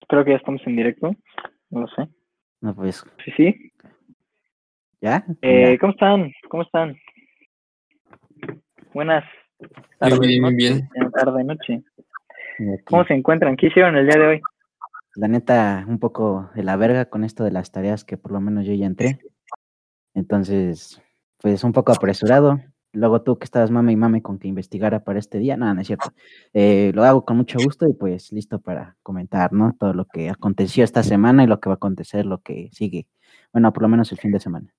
Creo que ya estamos en directo. No lo sé. No, pues, Sí. ¿ya? ¿Cómo están? ¿Cómo están? Buenas tardes, Bien, noches, bien. tarde, noche. Y aquí, ¿Cómo se encuentran? ¿Qué hicieron el día de hoy? la neta, un poco de la verga con esto de las tareas que por lo menos yo ya entré. Entonces, pues un poco apresurado. Luego tú que estabas mame y mame con que investigara para este día. No, no es cierto. Lo hago con mucho gusto y pues listo para comentar, ¿no? Todo lo que aconteció esta semana y lo que va a acontecer, lo que sigue. Bueno, por lo menos el fin de semana.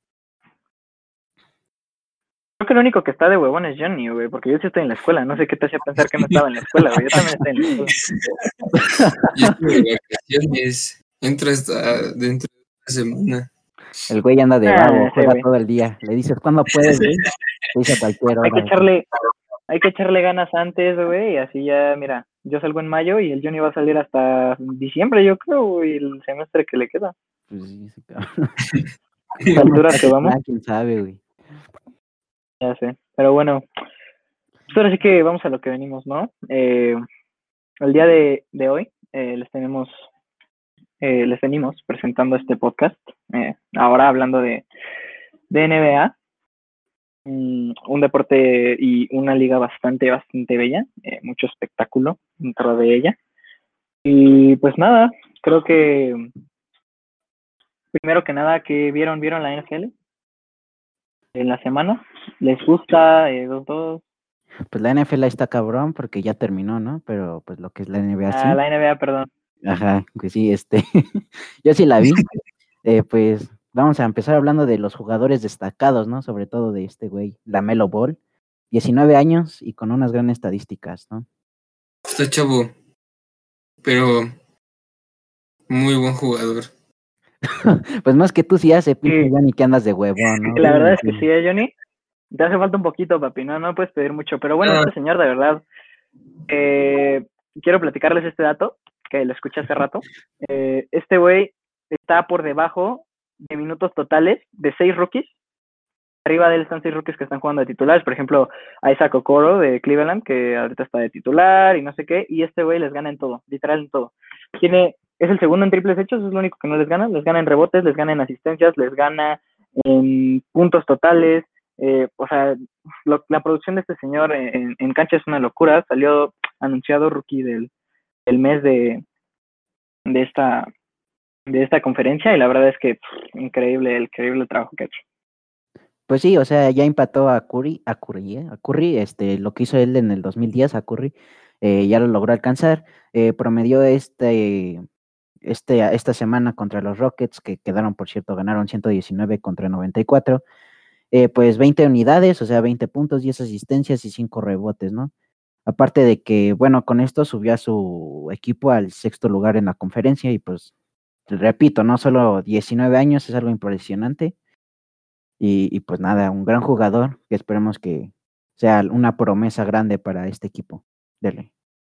Creo que el único que está de huevón es Johnny, güey, porque yo sí estoy en la escuela. No sé qué te hacía pensar que no estaba en la escuela, güey. Yo también estoy en la escuela. Yo estuve de vacaciones. Entro hasta dentro de una semana. El güey anda de vago, Sí, juega güey. todo el día. Le dices, ¿cuándo puedes, güey? Te dice a cualquier hora. Hay que echarle ganas antes, güey, y así ya, mira, yo salgo en mayo y el Johnny va a salir hasta diciembre, yo creo, güey, el semestre que le queda. Pues sí, ese cabrón. A esta altura que vamos. ¿Quién sabe, güey? Ya sé, pero bueno, pues ahora sí que vamos a lo que venimos, ¿no? El día de hoy les venimos presentando este podcast, ahora hablando de NBA, un deporte y una liga bastante bella, mucho espectáculo dentro de ella. Y pues nada, creo que primero que nada, que vieron la NFL en la semana, ¿les gusta? Dos. Pues la NFL está cabrón porque ya terminó, ¿no? Pero pues lo que es la NBA sí. La NBA, perdón. Ajá, pues sí, yo sí la vi. Pues vamos a empezar hablando de los jugadores destacados, ¿no? Sobre todo de este güey, LaMelo Ball, 19 años y con unas grandes estadísticas, ¿no? Está chavo, pero muy buen jugador. Pues más que tú sí hace, pinche Sí. Johnny, que andas de huevón, ¿no? La verdad es que sí, Johnny. Te hace falta un poquito, papi, no puedes pedir mucho. Pero bueno, este señor, de verdad, quiero platicarles este dato, que lo escuché hace rato. Este güey está por debajo de minutos totales de 6 rookies. Arriba de él están 6 rookies que están jugando de titulares. Por ejemplo, Isaac Okoro de Cleveland, que ahorita está de titular y no sé qué. Y este güey les gana en todo, literal en todo. Es el segundo en triples hechos, es lo único que no les gana. Les gana en rebotes, les gana en asistencias, les gana en puntos totales. O sea, la producción de este señor en cancha es una locura. Salió anunciado rookie del mes de esta conferencia y la verdad es que increíble el trabajo que ha hecho. Pues sí, o sea, ya empató a Curry, lo que hizo él en el 2010 a Curry, ya lo logró alcanzar, promedió esta semana contra los Rockets, que quedaron, por cierto, ganaron 119 contra 94, pues 20 unidades, o sea, 20 puntos, 10 asistencias y 5 rebotes, ¿no? Aparte de que, bueno, con esto subió a su equipo al 6º lugar en la conferencia y pues, repito, no solo 19 años, es algo impresionante. Y pues nada, un gran jugador que esperemos que sea una promesa grande para este equipo. Dele.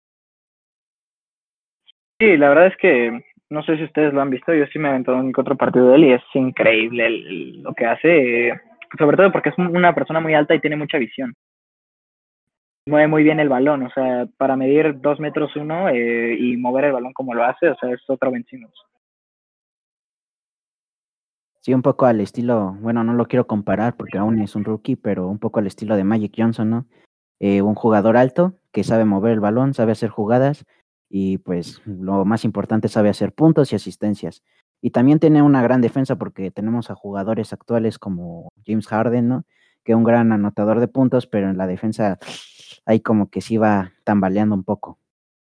Sí, la verdad es que no sé si ustedes lo han visto, yo sí me he aventado en otro partido de él y es increíble lo que hace, sobre todo porque es una persona muy alta y tiene mucha visión. Mueve muy bien el balón, o sea, para medir 2 metros 1 y mover el balón como lo hace, o sea, es otro Ben Simmons. Sí, un poco al estilo, bueno, no lo quiero comparar porque aún es un rookie, pero un poco al estilo de Magic Johnson, ¿no? Un jugador alto que sabe mover el balón, sabe hacer jugadas y pues lo más importante, sabe hacer puntos y asistencias. Y también tiene una gran defensa porque tenemos a jugadores actuales como James Harden, ¿no? Que es un gran anotador de puntos, pero en la defensa ahí como que sí va tambaleando un poco.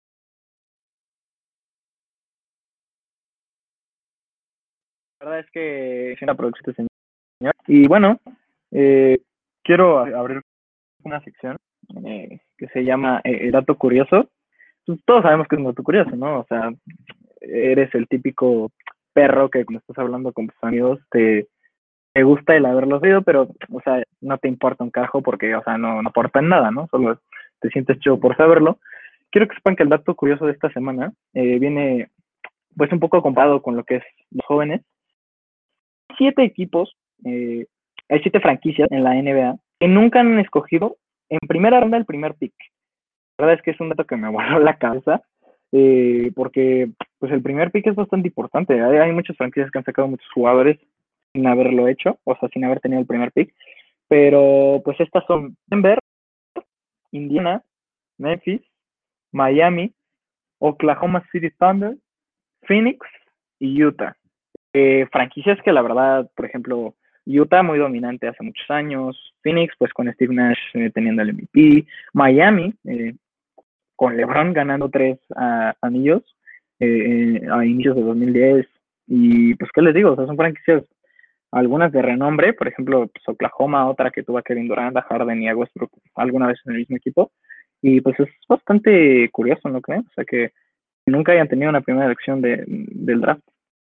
La verdad es que es una producción este señor. Y bueno, quiero abrir una sección que se llama El Dato Curioso. Pues todos sabemos que es un dato curioso, ¿no? O sea, eres el típico perro que cuando estás hablando con tus amigos te gusta el haberlos oído, pero, o sea, no te importa un carajo porque, o sea, no aportan nada, ¿no? Solo te sientes chido por saberlo. Quiero que sepan que el dato curioso de esta semana viene, pues, un poco comparado con lo que es los jóvenes. 7 equipos, hay 7 franquicias en la NBA que nunca han escogido en primera ronda el primer pick. La verdad es que es un dato que me voló la cabeza, porque pues el primer pick es bastante importante. Hay muchas franquicias que han sacado muchos jugadores sin haberlo hecho, o sea, sin haber tenido el primer pick. Pero pues estas son Denver, Indiana, Memphis, Miami, Oklahoma City Thunder, Phoenix y Utah. Franquicias que la verdad, por ejemplo, Utah muy dominante hace muchos años, Phoenix pues con Steve Nash teniendo el MVP, Miami con LeBron ganando 3 anillos a inicios de 2010 y pues qué les digo, o sea, son franquicias algunas de renombre, por ejemplo, pues Oklahoma, otra que tuvo a Kevin Durant, a Harden y a Westbrook alguna vez en el mismo equipo, y pues es bastante curioso, ¿no creen? O sea, que nunca hayan tenido una primera elección del draft.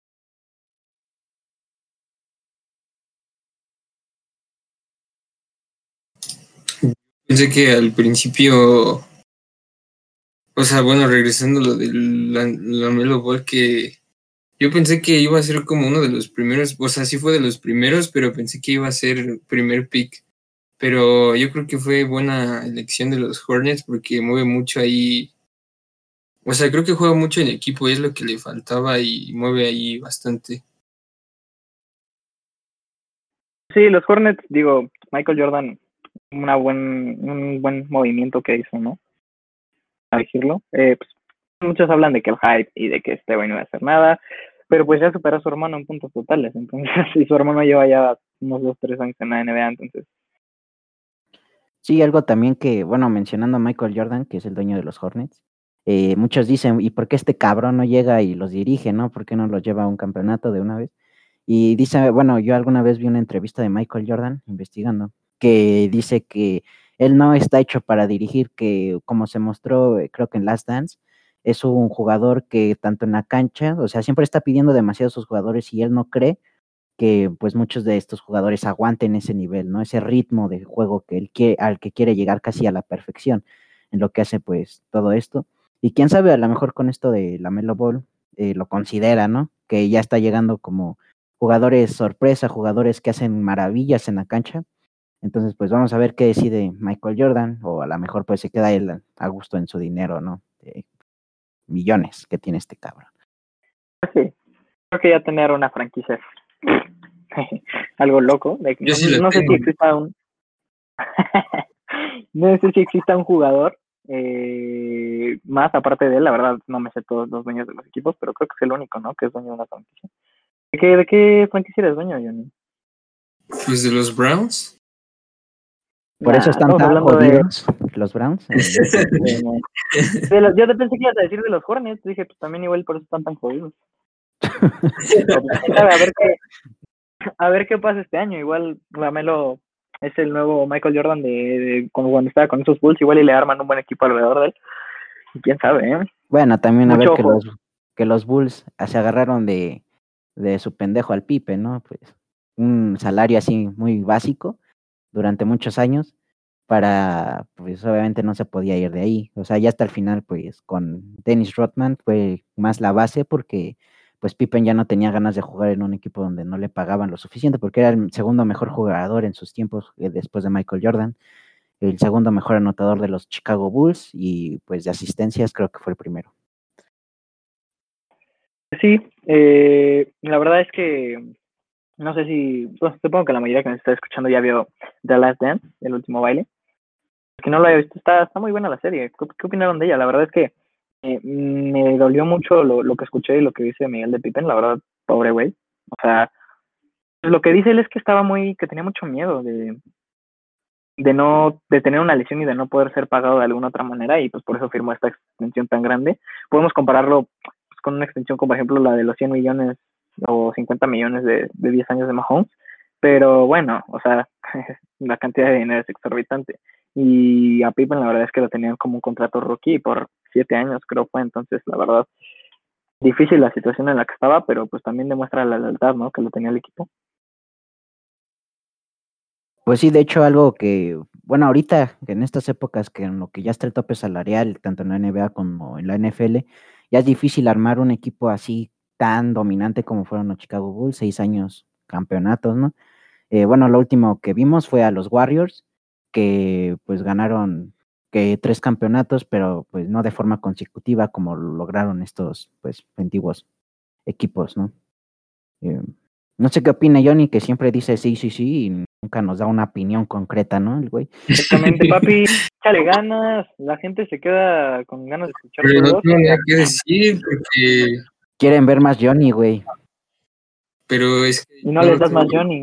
Pensé que al principio, o sea, bueno, regresando a lo del LaMelo Ball, que yo pensé que iba a ser como uno de los primeros, o sea, sí fue de los primeros, pero pensé que iba a ser primer pick. Pero yo creo que fue buena elección de los Hornets porque mueve mucho ahí. O sea, creo que juega mucho en equipo y es lo que le faltaba y mueve ahí bastante. Sí, los Hornets, digo, Michael Jordan, un buen movimiento que hizo, ¿no? A decirlo. Pues, muchos hablan de que el hype y de que este güey no va a hacer nada, pero pues ya superó a su hermano en puntos totales, entonces, y su hermano lleva ya unos 2-3 años en la NBA, entonces. Sí, algo también que, bueno, mencionando a Michael Jordan, que es el dueño de los Hornets, muchos dicen, ¿y por qué este cabrón no llega y los dirige, no? ¿Por qué no los lleva a un campeonato de una vez? Y dice, bueno, yo alguna vez vi una entrevista de Michael Jordan investigando, que dice que él no está hecho para dirigir, que como se mostró, creo que en Last Dance, es un jugador que tanto en la cancha, o sea, siempre está pidiendo demasiado a sus jugadores y él no cree que pues muchos de estos jugadores aguanten ese nivel, ¿no? Ese ritmo de juego que él quiere, al que quiere llegar casi a la perfección en lo que hace pues todo esto. Y quién sabe, a lo mejor con esto de LaMelo Ball lo considera, ¿no? Que ya está llegando como jugadores sorpresa, jugadores que hacen maravillas en la cancha. Entonces, pues vamos a ver qué decide Michael Jordan, o a lo mejor pues se queda él a gusto en su dinero, ¿no? De millones que tiene este cabrón. Sí, creo que ya tener una franquicia es algo loco. Yo sí No sé si exista no sé si exista un jugador más aparte de él, la verdad no me sé todos los dueños de los equipos, pero creo que es el único, ¿no? Que es dueño de una franquicia. ¿De qué franquicia eres dueño, Johnny? Pues de los Browns. Por eso están tan jodidos los Browns. Yo te pensé que ibas a decir de los Hornets, dije, pues también igual por eso están tan jodidos. A ver qué pasa este año, igual LaMelo es el nuevo Michael Jordan de cuando estaba con esos Bulls, igual y le arman un buen equipo alrededor de él. Y quién sabe, ¿eh? Bueno, también a ver que los Bulls se agarraron de su pendejo al Pipe, ¿no? Pues un salario así muy básico durante muchos años para, pues obviamente no se podía ir de ahí. O sea, ya hasta el final, pues con Dennis Rodman fue más la base porque pues Pippen ya no tenía ganas de jugar en un equipo donde no le pagaban lo suficiente porque era el segundo mejor jugador en sus tiempos después de Michael Jordan, el segundo mejor anotador de los Chicago Bulls y pues de asistencias creo que fue el primero. Sí, la verdad es que no sé si, pues, supongo que la mayoría que nos está escuchando ya vio The Last Dance, el último baile. El que no lo haya visto, está muy buena la serie. ¿Qué opinaron de ella? La verdad es que me dolió mucho lo que escuché y lo que dice Miguel de Pippen, la verdad, pobre güey. O sea, lo que dice él es que que tenía mucho miedo de tener una lesión y de no poder ser pagado de alguna otra manera y pues por eso firmó esta extensión tan grande. Podemos compararlo pues, con una extensión como por ejemplo la de los 100 millones o 50 millones de 10 años de Mahomes, pero bueno, o sea, la cantidad de dinero es exorbitante y a Pippen la verdad es que lo tenían como un contrato rookie por 7 años creo fue, entonces la verdad difícil la situación en la que estaba, pero pues también demuestra la lealtad, ¿no? Que lo tenía el equipo. Pues sí, de hecho algo que, bueno, ahorita en estas épocas que en lo que ya está el tope salarial, tanto en la NBA como en la NFL, ya es difícil armar un equipo así tan dominante como fueron los Chicago Bulls, 6 años campeonatos, ¿no? Bueno, lo último que vimos fue a los Warriors, que pues ganaron que 3 campeonatos, pero pues no de forma consecutiva como lo lograron estos pues antiguos equipos, ¿no? No sé qué opina Johnny, que siempre dice sí, y nunca nos da una opinión concreta, ¿no? El güey. Exactamente, papi, échale ganas, la gente se queda con ganas de escuchar tu Pero no voz. tengo nada que decir porque... Quieren ver más Johnny, güey. Pero es que... Y no les das más Johnny.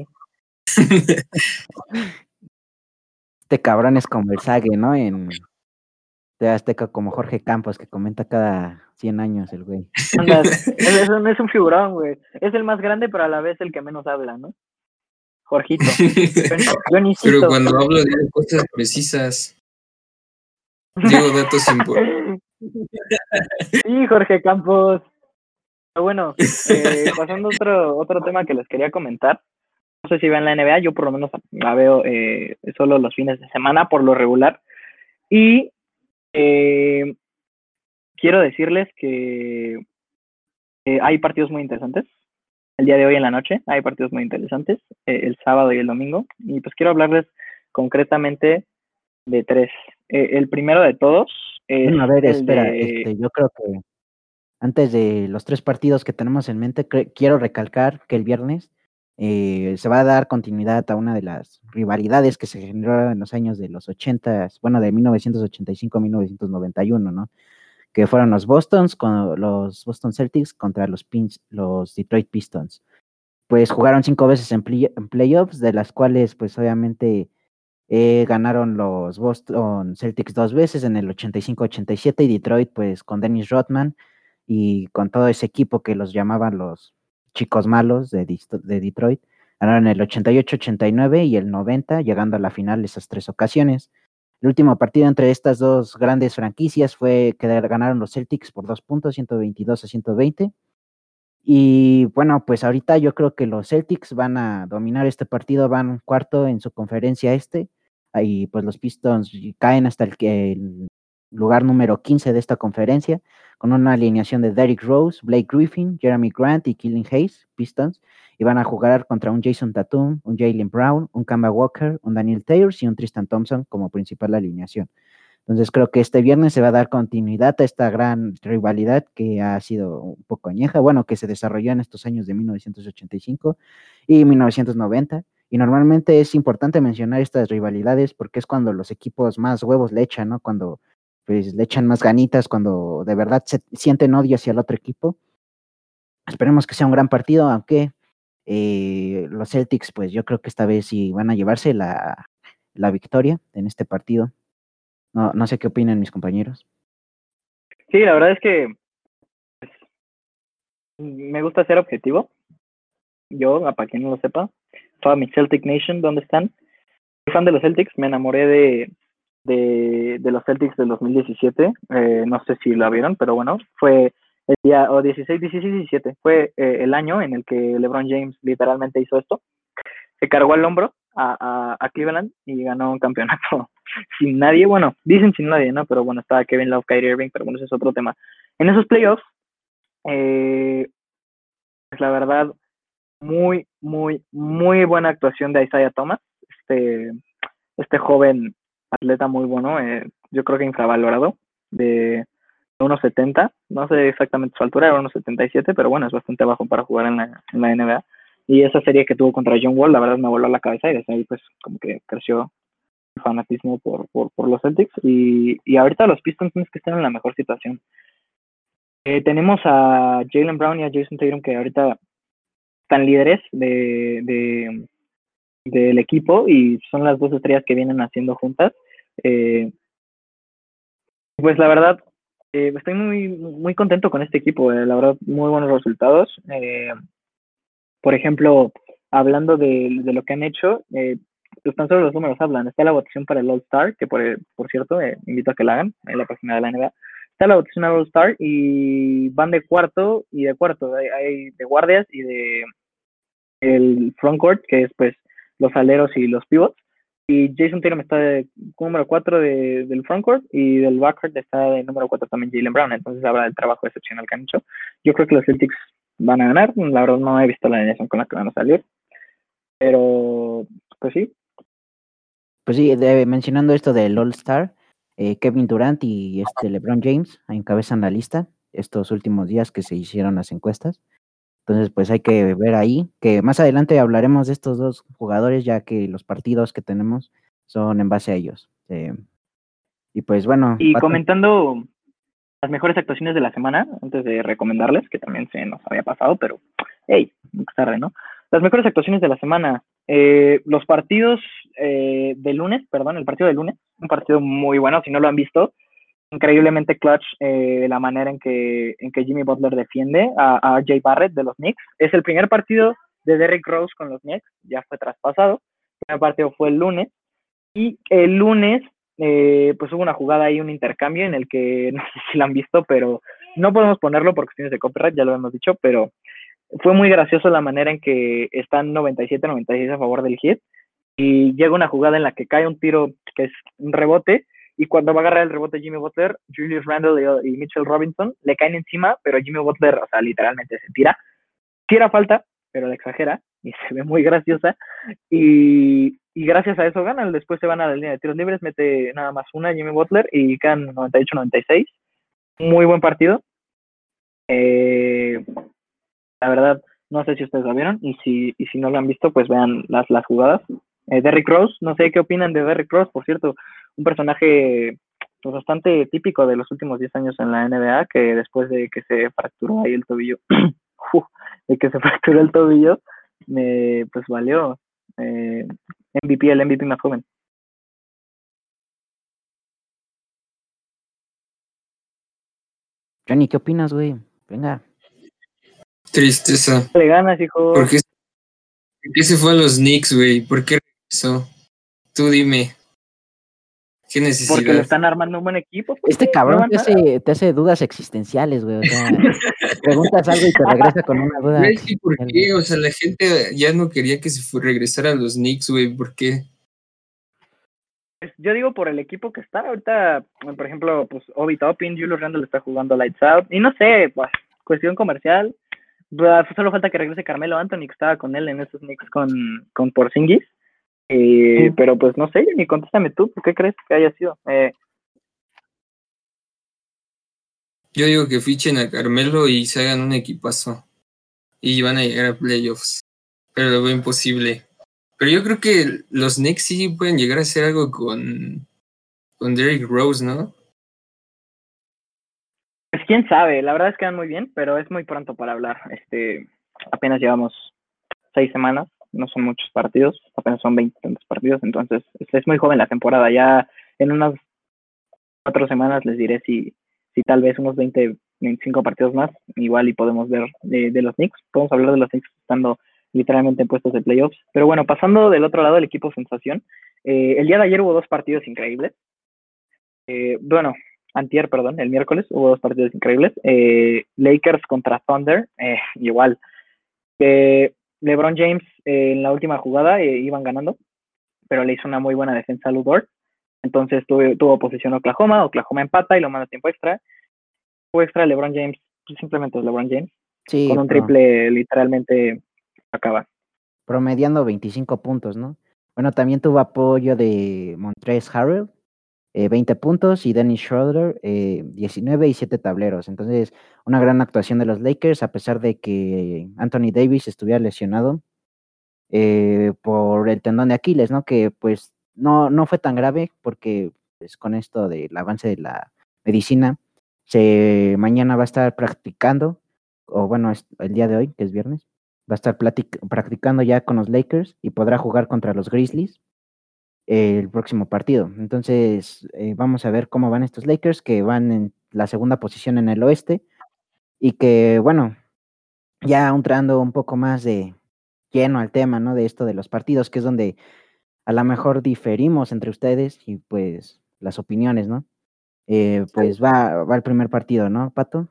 Este cabrón es como el Sague, ¿no? En TV Azteca, como Jorge Campos, que comenta cada 100 años el güey. Andas, es un figurón, güey. Es el más grande, pero a la vez el que menos habla, ¿no? Jorgito. Johnnycito. Pero cuando hablo de cosas precisas, digo datos importantes. Sí, Jorge Campos. Pero bueno, pasando a otro tema que les quería comentar. No sé si vean la NBA, yo por lo menos la veo solo los fines de semana por lo regular. Y quiero decirles que hay partidos muy interesantes. El día de hoy en la noche hay partidos muy interesantes, el sábado y el domingo. Y pues quiero hablarles concretamente de 3. El primero de todos es bueno, a ver, el espera, de... yo creo que antes de los 3 partidos que tenemos en mente, quiero recalcar que el viernes se va a dar continuidad a una de las rivalidades que se generó en los años de los 80, bueno, de 1985 a 1991, ¿no? Que fueron los Boston Celtics contra los Detroit Pistons. Pues jugaron 5 veces en playoffs, de las cuales pues obviamente ganaron los Boston Celtics 2 veces en el 85-87 y Detroit pues con Dennis Rodman y con todo ese equipo que los llamaban los chicos malos de Detroit, ganaron el 88-89 y el 90, llegando a la final esas 3 ocasiones. El último partido entre estas 2 grandes franquicias fue que ganaron los Celtics por 2 puntos, 122-120. Y bueno, pues ahorita yo creo que los Celtics van a dominar este partido, van cuarto en su conferencia y pues los Pistons caen hasta el lugar número 15 de esta conferencia, con una alineación de Derrick Rose, Blake Griffin, Jeremy Grant y Killian Hayes, Pistons, y van a jugar contra un Jason Tatum, un Jaylen Brown, un Kemba Walker, un Daniel Tayors y un Tristan Thompson como principal alineación. Entonces creo que este viernes se va a dar continuidad a esta gran rivalidad que ha sido un poco añeja, bueno, que se desarrolló en estos años de 1985 y 1990. Y normalmente es importante mencionar estas rivalidades porque es cuando los equipos más huevos le echan, ¿no? Cuando pues le echan más ganitas, cuando de verdad se sienten odio hacia el otro equipo. Esperemos que sea un gran partido, aunque los Celtics, pues yo creo que esta vez sí van a llevarse la victoria en este partido. No sé qué opinan mis compañeros. Sí, la verdad es que pues, me gusta ser objetivo. Yo, para quien no lo sepa, toda mi Celtic Nation, ¿dónde están? Soy fan de los Celtics, me enamoré de los Celtics del 2017. No sé si lo vieron, pero bueno, fue el día 16, 16, 17. Fue el año en el que LeBron James literalmente hizo esto. Se cargó al hombro a Cleveland y ganó un campeonato sin nadie. Bueno, dicen sin nadie, ¿no? Pero bueno, estaba Kevin Love, Kyrie Irving, pero bueno, ese es otro tema. En esos playoffs, pues la verdad, muy buena actuación de Isaiah Thomas, este joven atleta muy bueno, yo creo que infravalorado, de 1.70, no sé exactamente su altura, era 1.77, pero bueno, es bastante bajo para jugar en la NBA. Y esa serie que tuvo contra John Wall, la verdad me voló la cabeza y desde ahí pues como que creció el fanatismo por los Celtics. Y ahorita los Pistons es que están en la mejor situación. Tenemos a Jaylen Brown y a Jason Tatum que ahorita están líderes del equipo y son las 2 estrellas que vienen haciendo juntas. Pues la verdad, estoy muy contento con este equipo, la verdad, muy buenos resultados. Por ejemplo, hablando de lo que han hecho, pues tan solo los números hablan. Está la votación para el All-Star, que por cierto, invito a que la hagan en la página de la NBA. Está la votación al All-Star y van de cuarto y de cuarto. Hay de guardias y de el frontcourt, que es pues los aleros y los pivots. Y Jason Tatum está de número 4 del frontcourt y del backcourt está de número 4 también Jaylen Brown. Entonces habla del trabajo excepcional que han hecho. Yo creo que los Celtics van a ganar. La verdad no he visto la alineación con la que van a salir. Pero, pues sí. Pues sí, mencionando esto del All-Star, Kevin Durant y LeBron James encabezan la lista estos últimos días que se hicieron las encuestas. Entonces, pues hay que ver ahí, que más adelante hablaremos de estos dos jugadores, ya que los partidos que tenemos son en base a ellos. Y pues bueno, Y Pato. comentando las mejores actuaciones de la semana, antes de recomendarles, que también se nos había pasado, pero hey, nunca es tarde, ¿no? Las mejores actuaciones de la semana. Los partidos del lunes, perdón, el partido del lunes, un partido muy bueno, si no lo han visto, increíblemente clutch la manera en que Jimmy Butler defiende a RJ Barrett de los Knicks. Es el primer partido de Derrick Rose con los Knicks, ya fue traspasado. El primer partido fue el lunes. Y el lunes, pues hubo una jugada ahí, un intercambio en el que, no sé si lo han visto, pero no podemos ponerlo por cuestiones de copyright, ya lo hemos dicho, pero fue muy gracioso la manera en que están 97-96 a favor del Heat y llega una jugada en la que cae un tiro que es un rebote y cuando va a agarrar el rebote Jimmy Butler, Julius Randle y Mitchell Robinson le caen encima, pero Jimmy Butler, o sea, literalmente se tira falta, pero la exagera y se ve muy graciosa y gracias a eso ganan. Después se van a la línea de tiros libres, mete nada más una Jimmy Butler y quedan 98-96. Muy buen partido. La verdad, no sé si ustedes lo vieron y si no lo han visto, pues vean las jugadas. Derrick Rose, no sé qué opinan de Derrick Rose, por cierto, un personaje pues, bastante típico de los últimos 10 años en la NBA, que después de que se fracturó ahí el tobillo, pues valió MVP, el MVP más joven. Johnny, ¿qué opinas, güey? Venga. Tristeza. Le ganas, hijo. ¿Por qué se fue a los Knicks, güey? ¿Por qué regresó? Tú dime. ¿Qué necesidad? Porque le están armando un buen equipo. Este cabrón te hace dudas existenciales, güey. O sea, preguntas algo y te regresa con una duda. Güey, sí, ¿por qué? O sea, la gente ya no quería que regresara a los Knicks, güey. ¿Por qué? Yo digo por el equipo que está ahorita, por ejemplo, pues Obi Toppin, Julius Randle está jugando Lights Out, y no sé, pues, cuestión comercial, solo falta que regrese Carmelo Anthony, que estaba con él en esos Knicks con Porzingis, pero pues no sé, ni contéstame tú, ¿por qué crees que haya sido? Yo digo que fichen a Carmelo y se hagan un equipazo, y van a llegar a playoffs, pero lo veo imposible. Pero yo creo que los Knicks sí pueden llegar a hacer algo con Derrick Rose, ¿no? Pues quién sabe, la verdad es que van muy bien, pero es muy pronto para hablar. Apenas llevamos 6 semanas, no son muchos partidos, apenas son 20 tantos partidos, entonces es muy joven la temporada. Ya en unas 4 semanas les diré si tal vez unos 20-25 partidos más, igual y podemos ver de los Knicks. Podemos hablar de los Knicks estando literalmente en puestos de playoffs. Pero bueno, pasando del otro lado, el equipo sensación. El día de ayer hubo 2 partidos increíbles. Antier, perdón, el miércoles hubo 2 partidos increíbles. Lakers contra Thunder, igual. LeBron James en la última jugada iban ganando, pero le hizo una muy buena defensa a Lou Dort. Entonces tuvo posesión Oklahoma empata y lo manda a tiempo extra. Tiempo extra, LeBron James, simplemente es LeBron James. Sí, con un triple literalmente acaba. Promediando 25 puntos, ¿no? Bueno, también tuvo apoyo de Montrezl Harrell, 20 puntos, y Dennis Schroeder, 19 y 7 tableros. Entonces, una gran actuación de los Lakers, a pesar de que Anthony Davis estuviera lesionado por el tendón de Aquiles, ¿no? Que pues no fue tan grave porque pues, con esto del avance de la medicina, mañana va a estar practicando, o bueno, el día de hoy, que es viernes, va a estar practicando ya con los Lakers y podrá jugar contra los Grizzlies el próximo partido. Entonces, vamos a ver cómo van estos Lakers, que van en la segunda posición en el oeste, y que, bueno, ya entrando un poco más de lleno al tema, ¿no? De esto de los partidos, que es donde a lo mejor diferimos entre ustedes y pues las opiniones, ¿no? Pues va el primer partido, ¿no, Pato?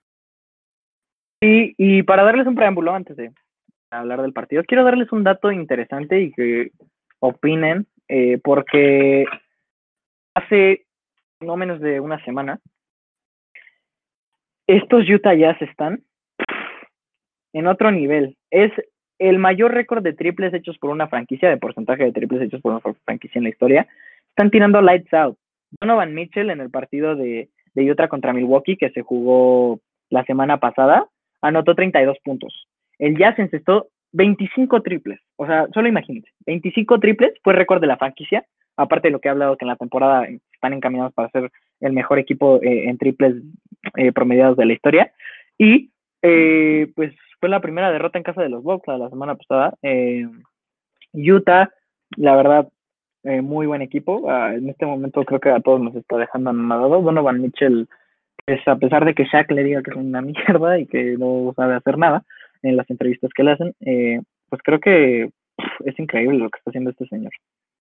Sí, y para darles un preámbulo antes de hablar del partido, quiero darles un dato interesante y que opinen, porque hace no menos de una semana, estos Utah Jazz están en otro nivel. Es el mayor récord de triples hechos por una franquicia, de porcentaje de triples hechos por una franquicia en la historia. Están tirando lights out. Donovan Mitchell en el partido de Utah contra Milwaukee, que se jugó la semana pasada, anotó 32 puntos. El Jazz encestó 25 triples. O sea, solo imagínense, 25 triples fue récord de la franquicia, aparte de lo que he hablado que en la temporada están encaminados para ser el mejor equipo en triples promediados de la historia. Y pues fue la primera derrota en casa de los Bucks la semana pasada. Utah, la verdad, muy buen equipo. En este momento creo que a todos nos está dejando anonadado. Donovan Mitchell, pues a pesar de que Shaq le diga que es una mierda y que no sabe hacer nada en las entrevistas que le hacen, pues creo que es increíble lo que está haciendo este señor.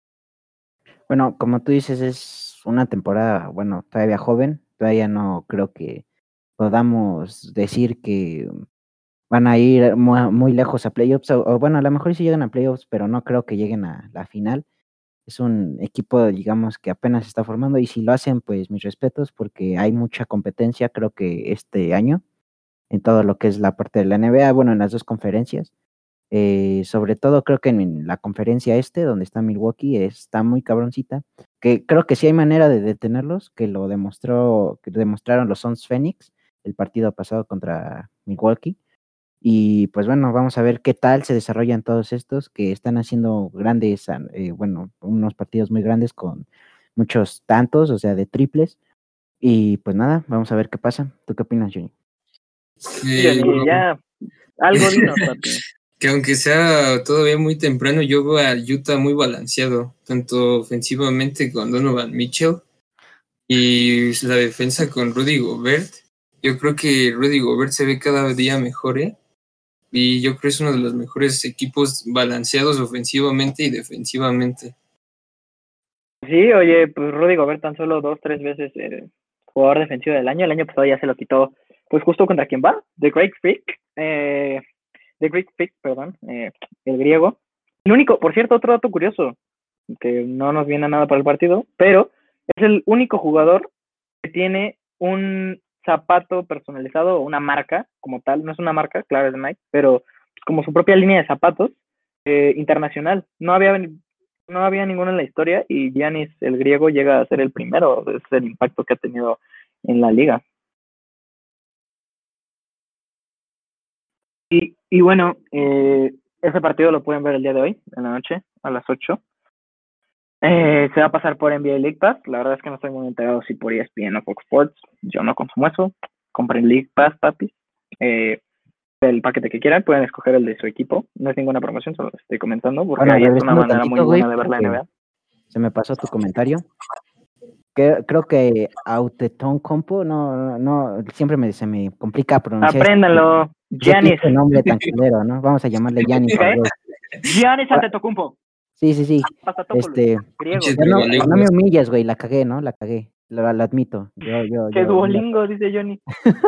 Bueno, como tú dices, es una temporada, bueno, todavía joven, todavía no creo que podamos decir que van a ir muy lejos a playoffs, o bueno, a lo mejor sí llegan a playoffs, pero no creo que lleguen a la final. Es un equipo, digamos, que apenas se está formando, y si lo hacen, pues mis respetos, porque hay mucha competencia, creo que este año, en todo lo que es la parte de la NBA, bueno, en las dos conferencias. Sobre todo creo que en la conferencia donde está Milwaukee, está muy cabroncita, que creo que sí hay manera de detenerlos, que demostraron los Suns Phoenix el partido pasado contra Milwaukee. Y pues bueno, vamos a ver qué tal se desarrollan todos estos que están haciendo grandes, bueno, unos partidos muy grandes con muchos tantos, o sea, de triples. Y pues nada, vamos a ver qué pasa. ¿Tú qué opinas, Johnny? Johnny, ya algo dinos, papi. Que aunque sea todavía muy temprano, yo veo a Utah muy balanceado, tanto ofensivamente con Donovan Mitchell y la defensa con Rudy Gobert. Yo creo que Rudy Gobert se ve cada día mejor, y yo creo que es uno de los mejores equipos balanceados ofensivamente y defensivamente. Sí, oye, pues Rudy Gobert tan solo 2-3 veces jugador defensivo del año. El año pasado ya se lo quitó, pues justo contra quién va, The Greek Freak, perdón, el griego. El único, por cierto, otro dato curioso, que no nos viene a nada para el partido, pero es el único jugador que tiene un zapato personalizado o una marca como tal, no es una marca, claro, es de Nike, pero como su propia línea de zapatos internacional. No había ninguno en la historia y Giannis, el griego, llega a ser el primero. Es el impacto que ha tenido en la liga. Y bueno, ese partido lo pueden ver el día de hoy, en la noche, a las 8. Se va a pasar por NBA League Pass. La verdad es que no estoy muy enterado si por ESPN o Fox Sports. Yo no consumo eso. Compren League Pass, papi. El paquete que quieran, pueden escoger el de su equipo. No es ninguna promoción, solo les estoy comentando, porque Bueno, ahí es una regresando manera muy tantito, güey, buena de ver la porque NBA. se me pasó tu comentario. Creo que Antetokounmpo, no, siempre se me complica pronunciar Apréndanlo. ese Giannis. pinche nombre tan culero, ¿no? Vamos a llamarle Giannis al güey. Giannis Antetokounmpo. Sí. Griego. Ya no me humilles, güey, la cagué, ¿no? La cagué, lo admito. Que Duolingo, dice Johnny.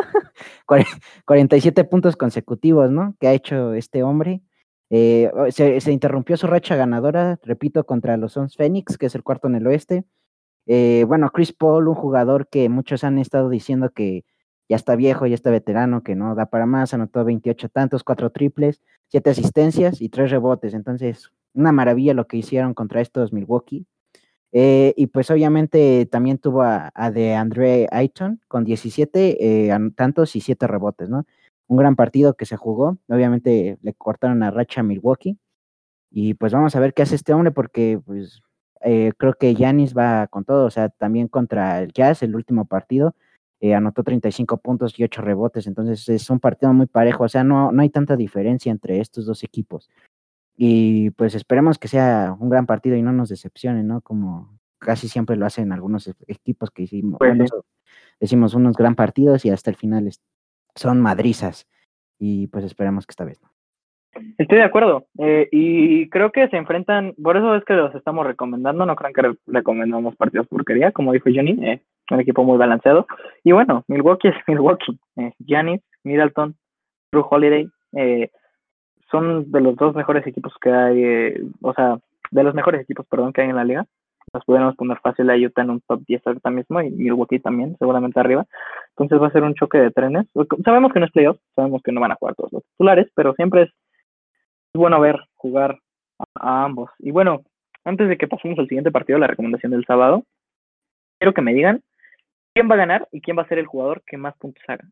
47 puntos consecutivos, ¿no? Que ha hecho este hombre. Se interrumpió su racha ganadora, repito, contra los Suns Phoenix, que es el cuarto en el oeste. Bueno, Chris Paul, un jugador que muchos han estado diciendo que ya está viejo, ya está veterano, que no da para más, anotó 28 tantos, 4 triples, 7 asistencias y 3 rebotes. Entonces, una maravilla lo que hicieron contra estos Milwaukee. Y pues obviamente también tuvo a DeAndre Ayton con 17 tantos y 7 rebotes, ¿no? Un gran partido que se jugó. Obviamente le cortaron la racha a Milwaukee. Y pues vamos a ver qué hace este hombre, porque pues creo que Giannis va con todo. O sea, también contra el Jazz, el último partido, anotó 35 puntos y 8 rebotes. Entonces es un partido muy parejo. O sea, no hay tanta diferencia entre estos dos equipos. Y pues esperemos que sea un gran partido y no nos decepcione, ¿no? Como casi siempre lo hacen algunos equipos que hicimos, Pues bueno, sí. decimos unos gran partidos y hasta el final son madrizas. Y pues esperemos que esta vez no. Estoy de acuerdo. Y creo que se enfrentan, por eso es que los estamos recomendando. No crean que recomendamos partidos porquería, como dijo Johnny, un equipo muy balanceado. Y bueno, Milwaukee es Milwaukee. Giannis, Middleton, Drew Holiday, son de los dos mejores equipos que hay, o sea, de los mejores equipos, perdón, que hay en la liga. Nos podemos poner fácil a Utah en un top 10 ahorita mismo y Milwaukee también, seguramente arriba. Entonces va a ser un choque de trenes. Sabemos que no es playoff, sabemos que no van a jugar todos los titulares, pero siempre es bueno ver jugar a ambos. Y bueno, antes de que pasemos al siguiente partido, la recomendación del sábado, quiero que me digan quién va a ganar y quién va a ser el jugador que más puntos haga.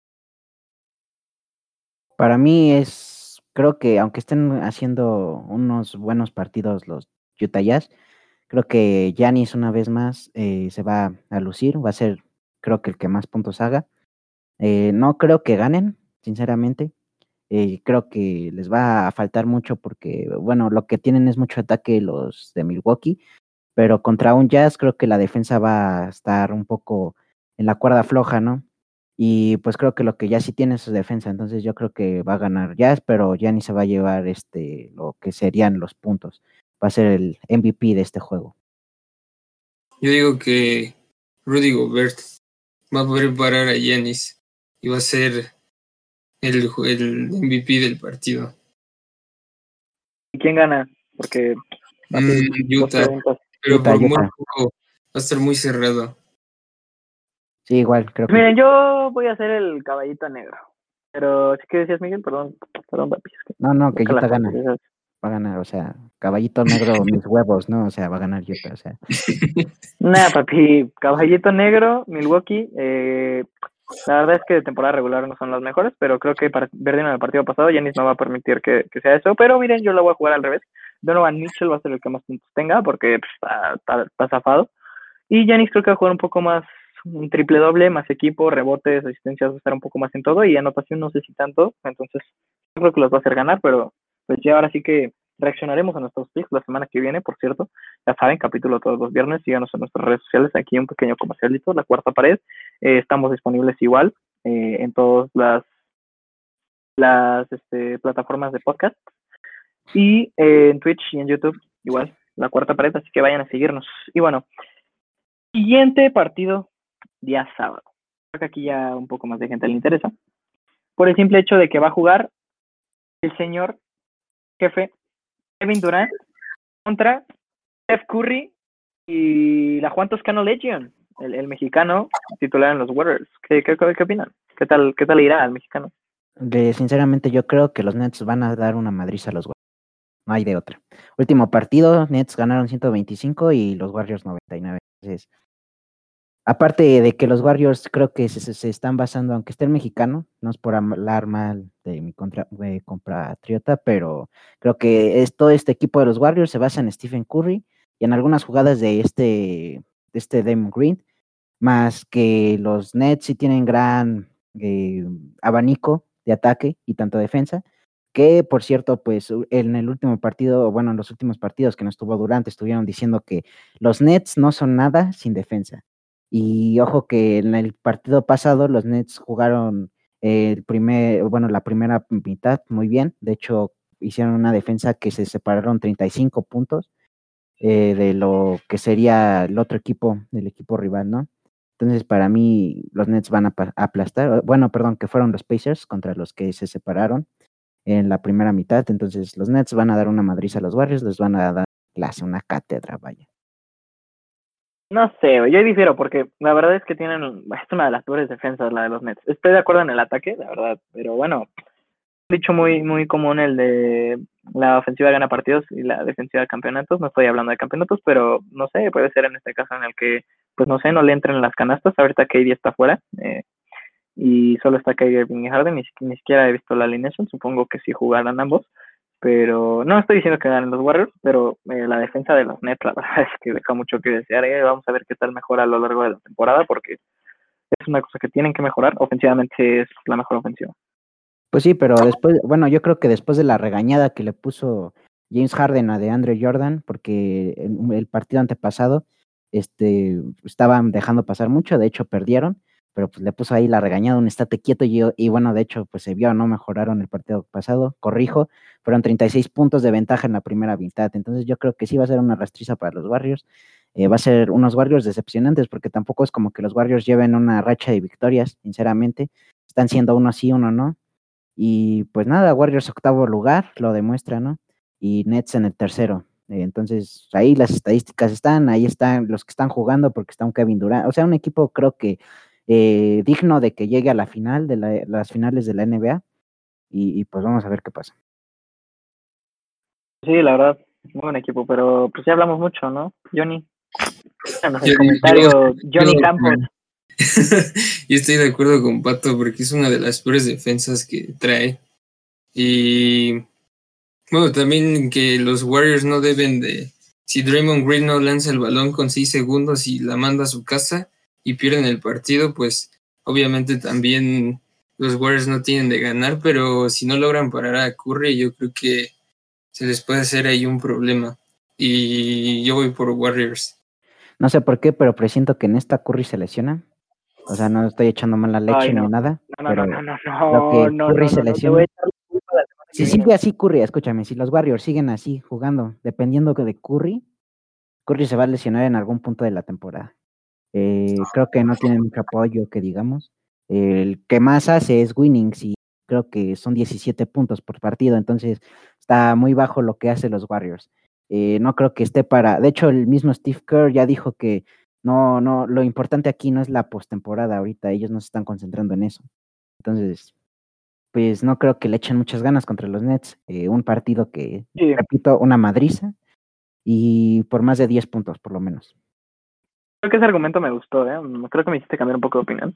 Para mí creo que aunque estén haciendo unos buenos partidos los Utah Jazz, creo que Giannis una vez más se va a lucir, va a ser creo que el que más puntos haga. No creo que ganen, sinceramente. Creo que les va a faltar mucho porque, bueno, lo que tienen es mucho ataque los de Milwaukee, pero contra un Jazz creo que la defensa va a estar un poco en la cuerda floja, ¿no? Y pues creo que lo que ya sí tiene es su defensa, entonces yo creo que va a ganar Jazz, pero ya ni se va a llevar lo que serían los puntos. Va a ser el MVP de este juego. Yo digo que Rudy Gobert va a poder parar a Giannis y va a ser el MVP del partido. ¿Y quién gana? Porque Utah, pero Utah, por muy Utah. poco va a estar muy cerrado. Sí, igual, creo que. Miren, yo voy a hacer el caballito negro. Pero, ¿sí que decías, Miguel? Perdón, papi. No, que Utah gana. Va Va a ganar, o sea, caballito negro, mis huevos, ¿no? O sea, va a ganar Utah, o sea. Nada, papi, caballito negro, Milwaukee. La verdad es que de temporada regular no son las mejores, pero creo que para ver en el partido pasado, Giannis no va a permitir que sea eso. Pero miren, yo lo voy a jugar al revés. Donovan Mitchell va a ser el que más puntos tenga, porque pues, está zafado. Y Giannis creo que va a jugar un poco más, un triple doble, más equipo, rebotes, asistencias, va a estar un poco más en todo. Y anotación no sé si tanto, entonces yo creo que los va a hacer ganar, pero pues ya ahora sí que reaccionaremos a nuestros picks la semana que viene, por cierto. Ya saben, capítulo todos los viernes, síganos en nuestras redes sociales, aquí un pequeño comercialito, La Cuarta Pared. Estamos disponibles igual en todas las plataformas de podcast y en Twitch y en YouTube igual, La Cuarta Pared, así que vayan a seguirnos. Y bueno, siguiente partido, día sábado. Creo que aquí ya un poco más de gente le interesa, por el simple hecho de que va a jugar el señor jefe Kevin Durant contra Steph Curry y la Juan Toscano Legion, el mexicano titular en los Warriors. ¿Qué opinan? ¿Qué tal irá al mexicano? Sinceramente, yo creo que los Nets van a dar una madriza a los Warriors. No hay de otra. Último partido, Nets ganaron 125 y los Warriors 99. Entonces, aparte de que los Warriors creo que se están basando, aunque esté el mexicano, no es por hablar mal de mi compatriota, pero creo que todo este equipo de los Warriors se basa en Stephen Curry y en algunas jugadas de este Damon Green, más que los Nets sí tienen gran abanico de ataque y tanto defensa, que por cierto, pues en el último partido, bueno, en los últimos partidos que no estuvo Durant, estuvieron diciendo que los Nets no son nada sin defensa. Y ojo que en el partido pasado los Nets jugaron la primera mitad muy bien. De hecho, hicieron una defensa que se separaron 35 puntos de lo que sería el otro equipo, del equipo rival, ¿no? Entonces, para mí, los Nets van a aplastar. Bueno, perdón, que fueron los Pacers contra los que se separaron en la primera mitad. Entonces, los Nets van a dar una madriza a los Warriors, les van a dar una cátedra, vaya. No sé, yo difiero porque la verdad es que es una de las peores defensas la de los Nets. Estoy de acuerdo en el ataque, la verdad, pero bueno, dicho muy, muy común el de la ofensiva gana partidos y la defensiva campeonatos. No estoy hablando de campeonatos, pero no sé, puede ser en este caso en el que, pues no sé, no le entren las canastas. Ahorita KD está fuera y solo está Kyrie Irving y Harden. Ni siquiera he visto la alineación, supongo que sí jugarán ambos. Pero no estoy diciendo que ganen los Warriors, pero la defensa de los Nets, la verdad es que deja mucho que desear. Vamos a ver qué tal mejora a lo largo de la temporada, porque es una cosa que tienen que mejorar. Ofensivamente es la mejor ofensiva. Pues sí, pero después, bueno, yo creo que después de la regañada que le puso James Harden a DeAndre Jordan, porque en el partido antepasado estaban dejando pasar mucho, de hecho perdieron, pero pues le puso ahí la regañada, un estate quieto, y bueno, de hecho, pues se vio, no mejoraron el partido pasado, corrijo, fueron 36 puntos de ventaja en la primera mitad, entonces yo creo que sí va a ser una rastriza para los Warriors, va a ser unos Warriors decepcionantes, porque tampoco es como que los Warriors lleven una racha de victorias, sinceramente, están siendo uno sí, uno no, y pues nada, Warriors octavo lugar, lo demuestra, ¿no? Y Nets en el tercero. Entonces, ahí las estadísticas están, ahí están los que están jugando porque está un Kevin Durant. O sea, un equipo creo que digno de que llegue a la final, las finales de la NBA. Y pues vamos a ver qué pasa. Sí, la verdad, muy buen equipo, pero pues ya hablamos mucho, ¿no? Johnny, En el comentario, Johnny Campos. Yo estoy de acuerdo con Pato porque es una de las peores defensas que trae. Y bueno, también que los Warriors no deben de... Si Draymond Green no lanza el balón con 6 segundos y la manda a su casa y pierden el partido, pues obviamente también los Warriors no tienen de ganar, pero si no logran parar a Curry, yo creo que se les puede hacer ahí un problema. Y yo voy por Warriors. No sé por qué, pero presiento que en esta Curry se lesiona. O sea, no estoy echando mala leche ni nada, pero lo que Curry se lesiona. Si sigue así Curry, escúchame, si los Warriors siguen así jugando, dependiendo de Curry se va a lesionar en algún punto de la temporada. Creo que no tiene mucho apoyo, que digamos. El que más hace es Winnings y creo que son 17 puntos por partido, entonces está muy bajo lo que hace los Warriors. No creo que esté para... De hecho, el mismo Steve Kerr ya dijo que no, lo importante aquí no es la postemporada ahorita, ellos no se están concentrando en eso. Entonces, pues no creo que le echen muchas ganas contra los Nets. Un partido que, repito, una madriza y por más de 10 puntos, por lo menos. Creo que ese argumento me gustó, creo que me hiciste cambiar un poco de opinión.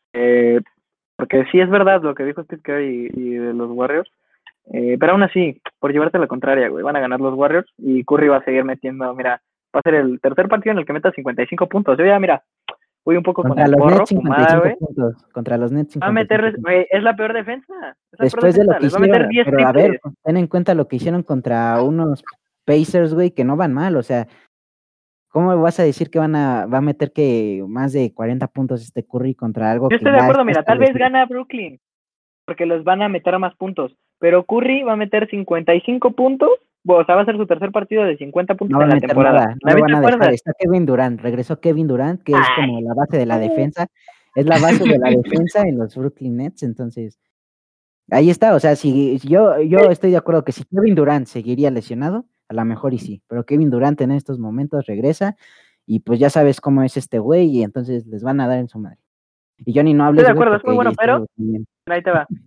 Porque sí es verdad lo que dijo Steve Kerr y de los Warriors, pero aún así, por llevarte la contraria, güey, van a ganar los Warriors y Curry va a seguir metiendo, mira, va a ser el tercer partido en el que meta 55 puntos. Yo ya, mira, voy un poco contra con el los porro, Nets 55 puntos, contra los Nets 55 va a meter, güey, es la peor defensa. Después de lo que hicieron, pero a ver, triples. ten en cuenta lo que hicieron contra unos Pacers, güey, que no van mal, o sea, ¿cómo vas a decir que va a meter que más de 40 puntos este Curry contra algo Yo que estoy de ya acuerdo, está mira, tal vez establecido? gana Brooklyn, porque los van a meter a más puntos, pero Curry va a meter 55 puntos, o sea, va a ser su tercer partido de 50 puntos No va a en la meter temporada. nada, no lo van a dejar, está Kevin Durant, regresó Kevin Durant, que es como la base de la defensa, es la base de la defensa en los Brooklyn Nets, entonces, ahí está, o sea, si yo estoy de acuerdo que si Kevin Durant seguiría lesionado, a lo mejor y sí, pero Kevin Durant en estos momentos regresa, y pues ya sabes cómo es este güey, y entonces les van a dar en su madre. Y Johnny, no hables, estoy de güey, acuerdo, es porque muy bueno, pero bien. ahí te va.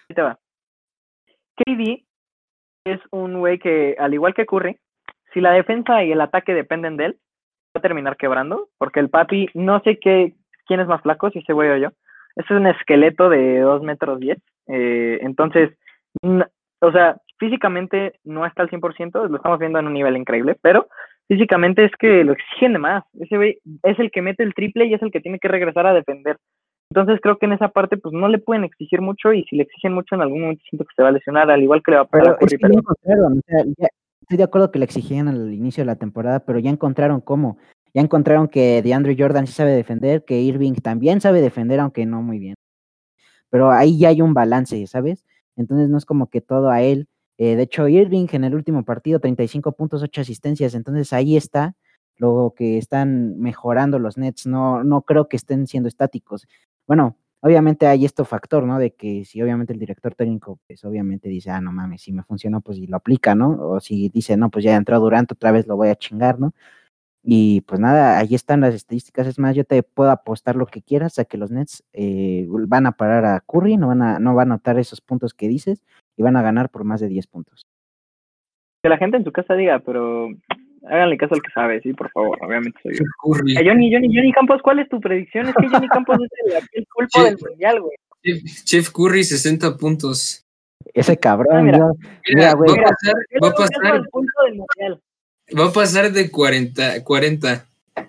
KD es un güey que, al igual que Curry, si la defensa y el ataque dependen de él, va a terminar quebrando, porque el papi, no sé quién es más flaco, si ese güey o yo, es un esqueleto de 2 metros 10, entonces, o sea, físicamente no está al 100%, lo estamos viendo en un nivel increíble, pero físicamente es que lo exigen de más, ese güey es el que mete el triple y es el que tiene que regresar a defender. Entonces creo que en esa parte pues no le pueden exigir mucho y si le exigen mucho en algún momento siento que se va a lesionar, al igual que le va a pasar a Curry. Es que ya encontraron, o sea, ya estoy de acuerdo que le exigían al inicio de la temporada, pero ya encontraron cómo. Ya encontraron que DeAndre Jordan sí sabe defender, que Irving también sabe defender, aunque no muy bien. Pero ahí ya hay un balance, ¿sabes? Entonces no es como que todo a él. De hecho, Irving en el último partido, 35 puntos, 8 asistencias. Entonces ahí está lo que están mejorando los Nets. No creo que estén siendo estáticos. Bueno, obviamente hay este factor, ¿no? De que si obviamente el director técnico, pues obviamente dice, no mames, si me funcionó, pues y lo aplica, ¿no? O si dice, no, pues ya entró Durant, otra vez lo voy a chingar, ¿no? Y pues nada, ahí están las estadísticas. Es más, yo te puedo apostar lo que quieras a que los Nets van a parar a Curry, no van a anotar esos puntos que dices y van a ganar por más de 10 puntos. Que la gente en su casa diga, pero háganle caso al que sabe, sí, por favor, obviamente soy yo. Curry. Johnny Campos, ¿cuál es tu predicción? Es que Johnny Campos es el culpo del mundial, güey. Chef Curry, 60 puntos. Ese cabrón, mira, güey. Va a pasar el punto del mundial. Va a pasar de 40.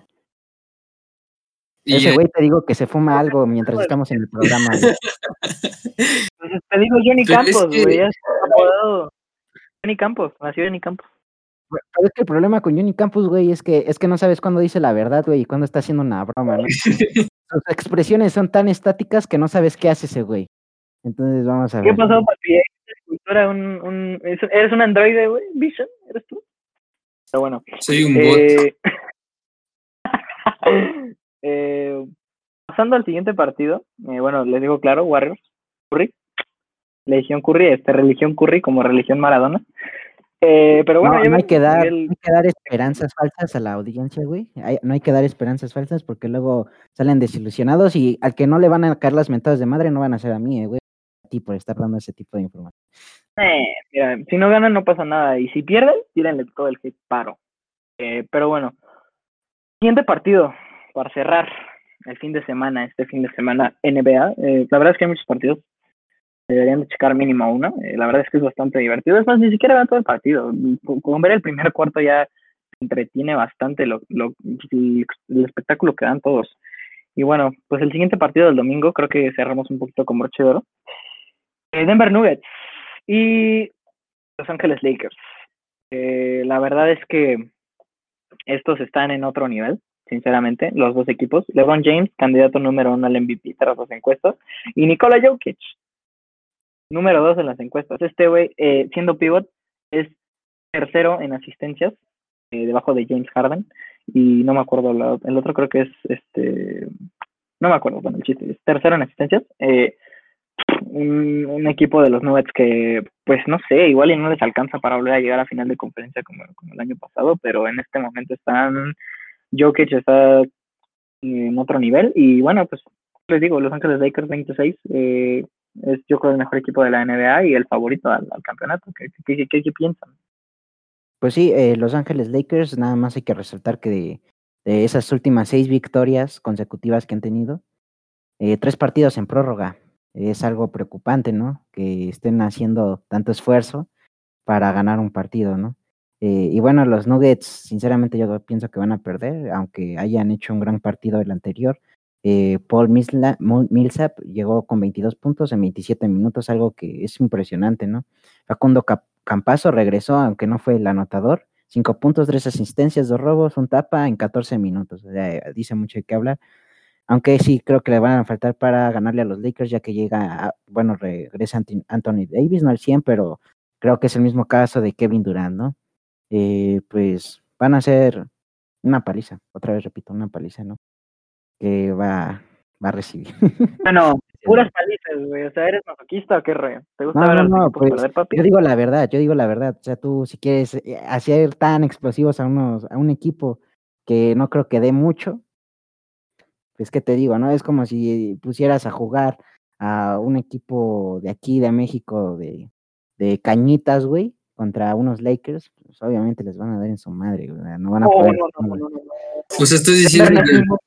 Ese güey te digo que se fuma algo mientras estamos en el programa. Entonces te digo Johnny Campos, güey, es apodado Johnny Campos, nació Johnny Campos. Pero es que el problema con Johnny Campos, güey, es que no sabes cuándo dice la verdad, güey, y cuándo está haciendo una broma, ¿no? Sus expresiones son tan estáticas que no sabes qué hace ese güey. Entonces vamos a ver. ¿Qué pasó, papi? ¿Eres un androide, güey? ¿Vision? ¿Eres tú? Pero bueno. Soy un bot. Pasando al siguiente partido, bueno, les digo claro, Warriors, Curry, Legión Curry, religión Curry como religión Maradona. Pero bueno, no hay que dar esperanzas falsas a la audiencia, güey. No hay que dar esperanzas falsas porque luego salen desilusionados y al que no le van a caer las mentadas de madre no van a ser a mí, güey. A ti por estar dando ese tipo de información. Mira, si no ganan no pasa nada y si pierden, tírenle todo el hate paro. Pero bueno, Siguiente partido, para cerrar el fin de semana, NBA. La verdad es que hay muchos partidos. Deberían de checar mínimo uno. La verdad es que es bastante divertido. Es más, ni siquiera vean todo el partido. Con ver el primer cuarto ya entretiene bastante el espectáculo que dan todos. Y bueno, pues el siguiente partido del domingo, creo que cerramos un poquito con broche de oro. Denver Nuggets y Los Ángeles Lakers. La verdad es que estos están en otro nivel, sinceramente, los dos equipos. LeBron James, candidato número 1 al MVP tras las encuestas, y Nikola Jokic, número 2 en las encuestas. Este güey, siendo pivot, es tercero en asistencias, debajo de James Harden, y no me acuerdo, el otro creo que es, no me acuerdo, bueno, el chiste, es tercero en asistencias. Un equipo de los Nuggets que, pues no sé, igual y no les alcanza para volver a llegar a final de conferencia como el año pasado, pero en este momento Jokic está en otro nivel, y bueno, pues les digo, Los Ángeles Lakers 26, es yo creo el mejor equipo de la NBA y el favorito al campeonato. ¿Qué piensan? Pues sí, Los Ángeles Lakers, nada más hay que resaltar que de esas últimas 6 victorias consecutivas que han tenido, 3 partidos en prórroga. Es algo preocupante, ¿no? Que estén haciendo tanto esfuerzo para ganar un partido, ¿no? Y bueno, los Nuggets, sinceramente yo pienso que van a perder, aunque hayan hecho un gran partido el anterior. Paul Millsap llegó con 22 puntos en 27 minutos, algo que es impresionante, ¿no? Facundo Campazzo regresó, aunque no fue el anotador, 5 puntos, 3 asistencias, 2 robos, un tapa en 14 minutos. O sea, dice mucho de qué hablar. Aunque sí creo que le van a faltar para ganarle a los Lakers, ya que regresa Anthony Davis, no al 100, pero creo que es el mismo caso de Kevin Durant, ¿no? Pues van a ser una paliza, otra vez repito, una paliza, ¿no? Que va a recibir. Bueno, puras palizas, güey. O sea, ¿eres masoquista o qué rollo? ¿Te gusta ver a los equipos pues, perder, papi? yo digo la verdad. O sea, tú si quieres hacer tan explosivos a un equipo que no creo que dé mucho, pues qué te digo, ¿no? Es como si pusieras a jugar a un equipo de aquí, de México, de cañitas, güey, contra unos Lakers, pues obviamente les van a dar en su madre, güey, no van a poder. No. Pues estás diciendo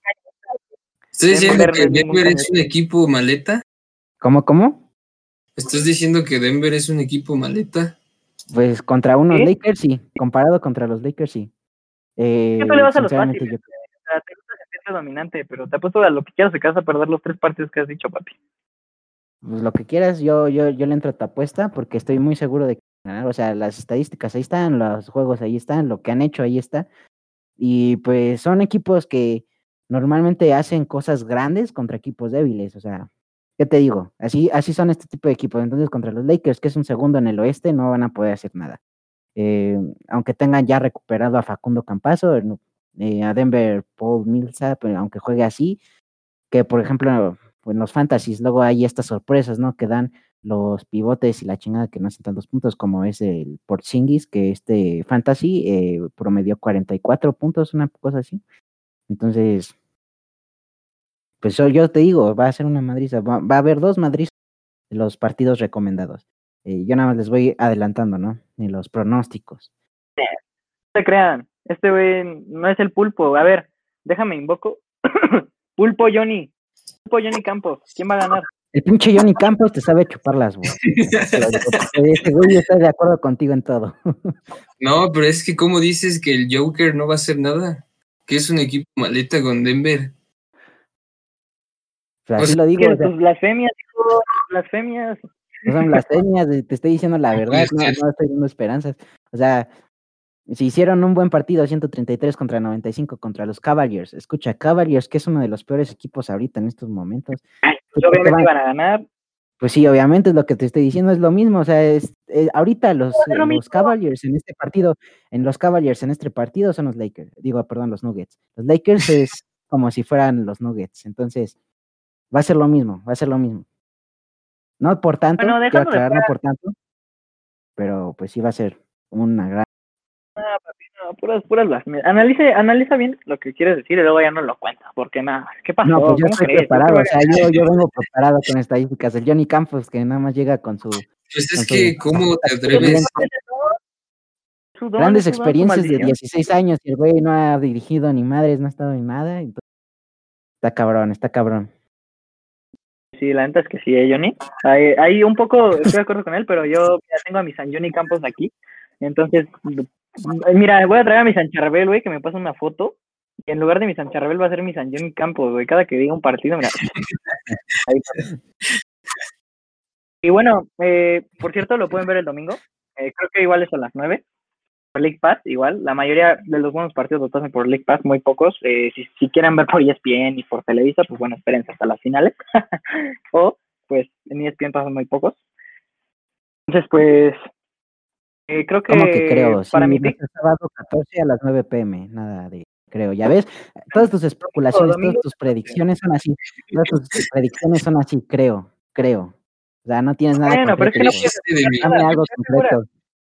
que Denver es un equipo maleta. ¿Cómo? ¿Estás diciendo que Denver es un equipo maleta? Pues contra unos Lakers, sí. Comparado contra los Lakers, sí. ¿Qué tú le vas a los fáciles? O sea, te gusta sentirte dominante, pero te apuesto a lo que quieras que vas a perder los 3 partidos que has dicho, papi. Pues lo que quieras, yo le entro a tu apuesta porque estoy muy seguro de que ganar. O sea, las estadísticas ahí están, los juegos ahí están, lo que han hecho ahí está. Y pues son equipos que normalmente hacen cosas grandes contra equipos débiles. O sea, ¿qué te digo? Así son este tipo de equipos. Entonces, contra los Lakers, que es un segundo en el oeste, no van a poder hacer nada. Aunque tengan ya recuperado a Facundo Campazzo, a Denver Paul Millsap, aunque juegue así, que por ejemplo, en los fantasies luego hay estas sorpresas, ¿no? Que dan los pivotes y la chingada que no hacen tantos puntos, como es el Porzingis, que este fantasy promedió 44 puntos, una cosa así. Entonces, pues yo te digo, va a ser una madriza, va a haber 2 madrizas de los partidos recomendados. Yo nada más les voy adelantando, ¿no? En los pronósticos. No se crean, este güey no es el Pulpo. A ver, déjame invoco. Pulpo Johnny Campos, ¿quién va a ganar? El pinche Johnny Campos te sabe chupar las bolas. Este güey está de acuerdo contigo en todo. No, pero es que ¿cómo dices que el Joker no va a hacer nada? Que es un equipo maleta con Denver. Pero así lo digo. O sea, tus blasfemias, hijo, blasfemias. No son blasfemias, te estoy diciendo la verdad, no estoy dando esperanzas. O sea, se hicieron un buen partido, 133 contra 95 contra los Cavaliers. Escucha, Cavaliers, que es uno de los peores equipos ahorita en estos momentos. Pues obviamente iban a ganar. Pues sí, obviamente es lo que te estoy diciendo, es lo mismo. O sea, ahorita los Cavaliers en este partido, son los Lakers. Los Nuggets. Los Lakers es como si fueran los Nuggets. Entonces, va a ser lo mismo. No por tanto, quiero aclarar, no por tanto, pero pues sí va a ser una gran... No, puras blasfemias. Analiza bien lo que quieres decir y luego ya no lo cuentas, porque nada, ¿qué pasó? No, pues yo estoy preparado, o sea, yo vengo preparado con estadísticas. El Johnny Campos, que nada más llega con su... Pues es que, ¿cómo te atreves? Grandes experiencias de 16 años y el güey no ha dirigido ni madres, no ha estado en nada. Entonces, está cabrón. Sí, la neta es que sí, Johnny. Ahí un poco estoy de acuerdo con él, pero yo ya tengo a mi San Johnny Campos aquí. Entonces, mira, voy a traer a mi San Charbel, güey, que me pase una foto. Y en lugar de mi San Charbel va a ser mi San Johnny Campos, güey. Cada que diga un partido, mira. Ahí está. Y bueno, por cierto, lo pueden ver el domingo. Creo que igual es a las 9. Por League Pass, igual. La mayoría de los buenos partidos los pasan por League Pass, muy pocos. Si quieren ver por ESPN y por Televisa, pues bueno, espérense hasta las finales. O, pues, en ESPN pasan muy pocos. Entonces, pues, creo que... ¿Cómo que creo? Para sí, mi este sábado 14 a las 9 p.m. Nada de creo. Ya ves, todas tus especulaciones, todas tus predicciones son así. Todas tus predicciones son así, creo. O sea, no tienes nada bueno, concreto. pero es que no puedes dame algo concreto.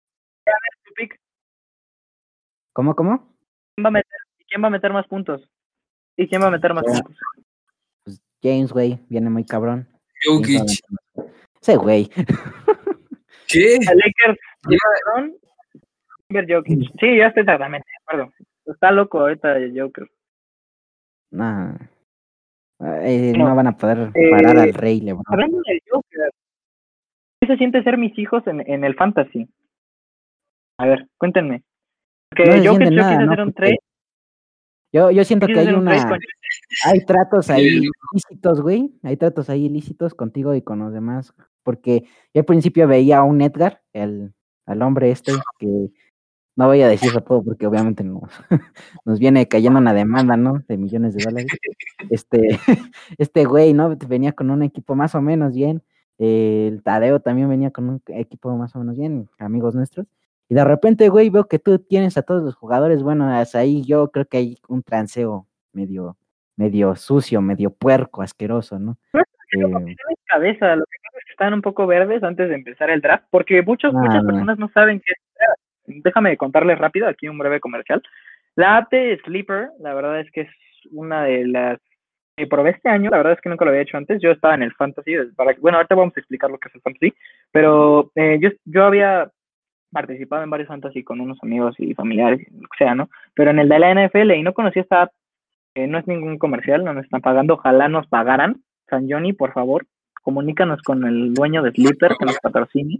¿Cómo? ¿Quién va a meter más puntos? ¿Y quién va a meter más puntos? Pues James, güey, viene muy cabrón. Jokic. Ese güey. ¿Qué? A Lakers, LeBron, Jokic. Sí, ya estoy totalmente de acuerdo. Está loco ahorita el Joker. No van a poder parar al rey, LeBron. Hablando del Joker, ¿qué se siente ser mis hijos en el fantasy? A ver, cuéntenme. Porque no yo quise hacer un trade. Yo siento que hay tratos ahí ilícitos, güey. Hay tratos ahí ilícitos contigo y con los demás. Porque yo al principio veía a un Edgar, al hombre que no voy a decir su apodo porque obviamente nos viene cayendo una demanda, ¿no? De millones de dólares. Este güey, ¿no? Venía con un equipo más o menos bien. El Tadeo también venía con un equipo más o menos bien, amigos nuestros. Y de repente, güey, veo que tú tienes a todos los jugadores, bueno, hasta ahí yo creo que hay un transeo medio sucio, medio puerco, asqueroso, ¿no? Cabeza, lo que pasa es que están un poco verdes antes de empezar el draft, porque muchas personas no saben qué es draft. Déjame contarles rápido, aquí un breve comercial. La app de Sleeper, la verdad es que es una de las que probé este año, la verdad es que nunca lo había hecho antes. Yo estaba en el Fantasy, bueno, ahorita vamos a explicar lo que es el Fantasy, pero yo había participado en varios Fantasy con unos amigos y familiares, o sea, ¿no? Pero en el de la NFL y no conocía esta app, no es ningún comercial, no nos están pagando, ojalá nos pagaran. San Johnny, por favor, comunícanos con el dueño de Sleeper que nos patrocine.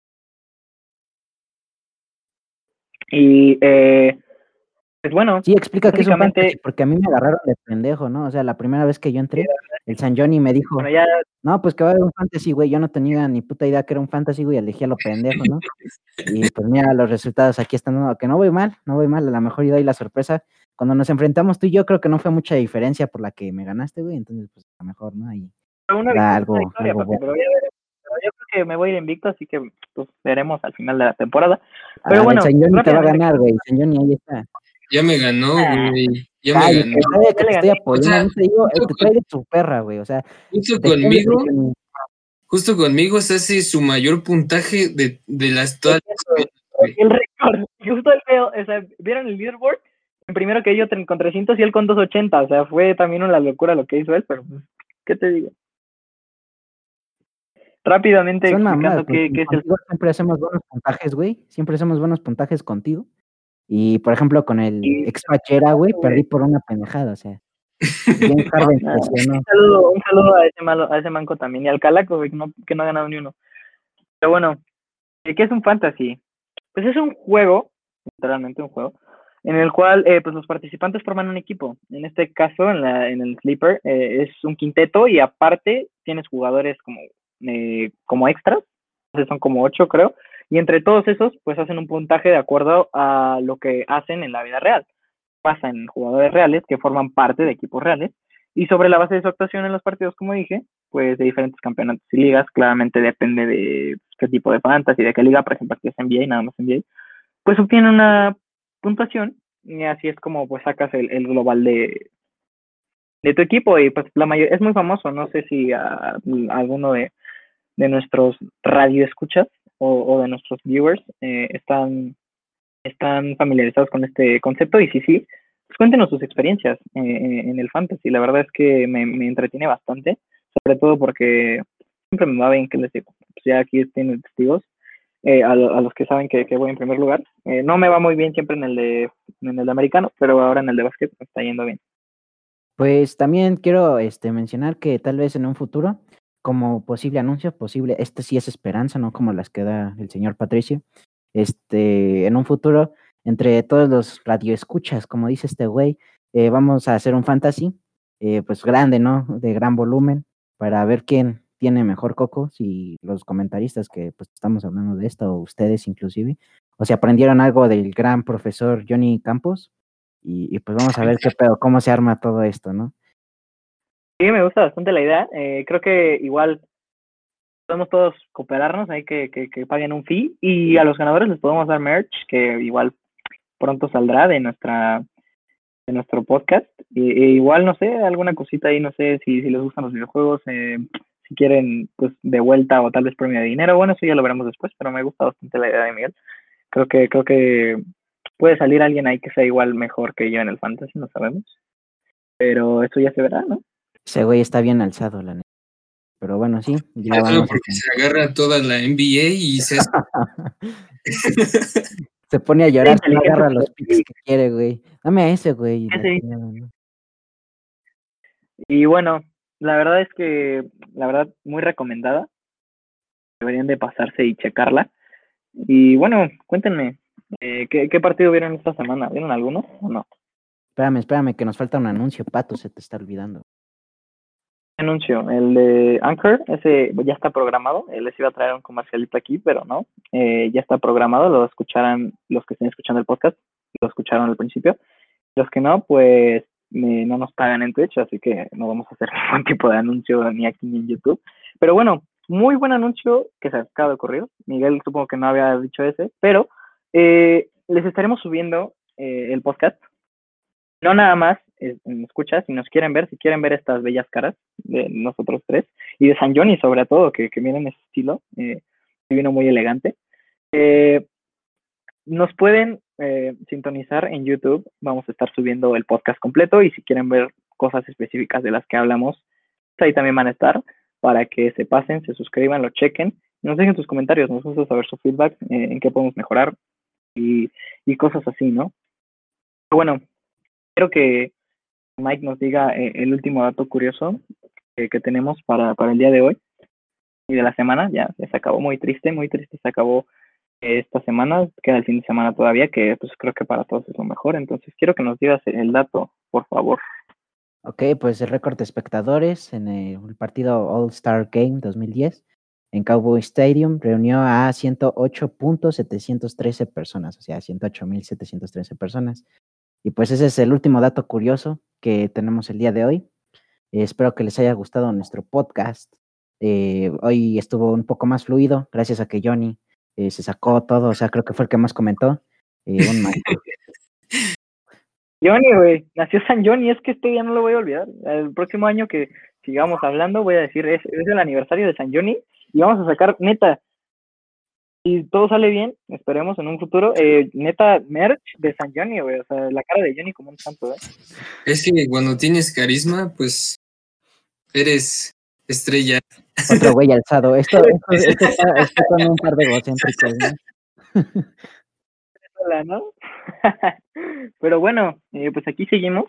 Y pues bueno. Sí, explica qué es un fantasy, porque a mí me agarraron de pendejo, ¿no? O sea, la primera vez que yo entré, el San Johnny me dijo, no, pues que va a haber un fantasy, güey. Yo no tenía ni puta idea que era un fantasy, güey, elegí a lo pendejo, ¿no? Y pues mira, los resultados aquí están, no, que no voy mal, a lo mejor yo doy la sorpresa. Cuando nos enfrentamos tú y yo, creo que no fue mucha diferencia por la que me ganaste, güey, entonces pues a lo mejor, ¿no? Ahí da algo bueno. Pero yo creo que me voy a ir invicto, así que pues veremos al final de la temporada. Pero bueno, el San Johnny te va a ganar, güey, el San Johnny ahí está. Ya me ganó, güey. Ya me ganó. Que te estoy apoyando, te digo, te trae de su perra, güey. O sea, justo conmigo se hace su mayor puntaje de las todas. El récord, justo el feo, o sea, ¿vieron el leaderboard? Primero que yo con 300 y él con 280, o sea, fue también una locura lo que hizo él, pero ¿qué te digo? Rápidamente explicando qué es el... Siempre hacemos buenos puntajes, güey, siempre hacemos buenos puntajes contigo. Y, por ejemplo, con el Expachera, güey, perdí por una pendejada, o sea. Bien Harden, un saludo a ese manco también, y al Calaco, güey, que no ha ganado ni uno. Pero bueno, ¿qué es un fantasy? Pues es un juego, literalmente un juego, en el cual pues los participantes forman un equipo. En este caso, en el Sleeper, es un quinteto y aparte tienes jugadores como extras, entonces son como 8 creo, y entre todos esos pues hacen un puntaje de acuerdo a lo que hacen en la vida real. Pasa en jugadores reales que forman parte de equipos reales y sobre la base de su actuación en los partidos, como dije, pues de diferentes campeonatos y ligas, claramente depende de qué tipo de fantasy, de qué liga, por ejemplo, aquí es NBA, nada más NBA, pues obtiene una puntuación y así es como pues sacas el global de tu equipo y pues la mayoría es muy famoso, no sé si alguno de nuestros radioescuchas o de nuestros viewers están familiarizados con este concepto y sí, pues cuéntenos sus experiencias en el fantasy. La verdad es que me entretiene bastante, sobre todo porque siempre me va bien que les digo, pues ya aquí tienen testigos. a los que saben que voy en primer lugar. No me va muy bien siempre en el de americano, pero ahora en el de básquet me está yendo bien. Pues también quiero mencionar que tal vez en un futuro, como posible anuncio, este sí es esperanza, no como las que da el señor Patricio. En un futuro, entre todos los radioescuchas, como dice este güey, vamos a hacer un fantasy, pues grande, ¿no? De gran volumen, para ver quién tiene mejor coco, si los comentaristas que pues estamos hablando de esto, o ustedes inclusive, o si aprendieron algo del gran profesor Johnny Campos, y pues vamos a ver qué pedo, cómo se arma todo esto, ¿no? Sí, me gusta bastante la idea. Creo que igual podemos todos cooperarnos, hay que paguen un fee y a los ganadores les podemos dar merch, que igual pronto saldrá de nuestro podcast. Igual, no sé, alguna cosita ahí, no sé si les gustan los videojuegos, si quieren, pues de vuelta o tal vez premio de dinero. Bueno, eso ya lo veremos después, pero me gusta bastante la idea de Miguel. Creo que puede salir alguien ahí que sea igual mejor que yo en el fantasy, no sabemos. Pero eso ya se verá, ¿no? Ese güey está bien alzado, la neta. Pero bueno, sí, ya Solo vamos. porque se agarra toda la NBA y se Se pone a llorar, no inteligente, agarra los pero picks sí. que quiere, güey. Dame a ese, güey. Sí. Y bueno, la verdad es que, muy recomendada. Deberían de pasarse y checarla. Y bueno, cuéntenme, ¿qué partido vieron esta semana? ¿Vieron alguno o no? Espérame, que nos falta un anuncio, Pato, se te está olvidando. Anuncio, el de Anchor, ese ya está programado. Les iba a traer un comercialito aquí, pero no. Ya está programado, lo escucharán los que estén escuchando el podcast, lo escucharon al principio. Los que no, pues no nos pagan en Twitch, así que no vamos a hacer ningún tipo de anuncio ni aquí ni en YouTube. Pero bueno, muy buen anuncio que se acaba de ocurrir. Miguel supongo que no había dicho ese, pero les estaremos subiendo el podcast. No nada más escucha, si nos quieren ver, si quieren ver estas bellas caras de nosotros tres y de San Johnny sobre todo, que miren ese estilo, vino muy elegante. Nos pueden sintonizar en YouTube, vamos a estar subiendo el podcast completo y si quieren ver cosas específicas de las que hablamos, ahí también van a estar para que se pasen, se suscriban, lo chequen, nos dejen sus comentarios, nos gusta saber su feedback, en qué podemos mejorar y cosas así, ¿no? Pero bueno, quiero que Mike nos diga el último dato curioso que tenemos para el día de hoy y de la semana. Ya se acabó muy triste se acabó esta semana, queda el fin de semana todavía, que pues creo que para todos es lo mejor. Entonces quiero que nos digas el dato, por favor. Ok, pues el récord de espectadores en el partido All-Star Game 2010 en Cowboy Stadium reunió a 108.713 personas, o sea, 108.713 personas. Y pues ese es el último dato curioso que tenemos el día de hoy. Espero que les haya gustado nuestro podcast. Hoy estuvo un poco más fluido, gracias a que Johnny se sacó todo, o sea, creo que fue el que más comentó. Un maestro. Johnny, güey, nació San Johnny, es que este día no lo voy a olvidar. El próximo año que sigamos hablando voy a decir, es el aniversario de San Johnny y vamos a sacar, neta, y todo sale bien, esperemos en un futuro, neta, merch de San Johnny, güey, o sea, la cara de Johnny como un santo, Es que cuando tienes carisma, pues eres estrella. Otro güey alzado. Esto son un par de egocéntricos, ¿no? Hola, ¿no? Pero bueno, pues aquí seguimos.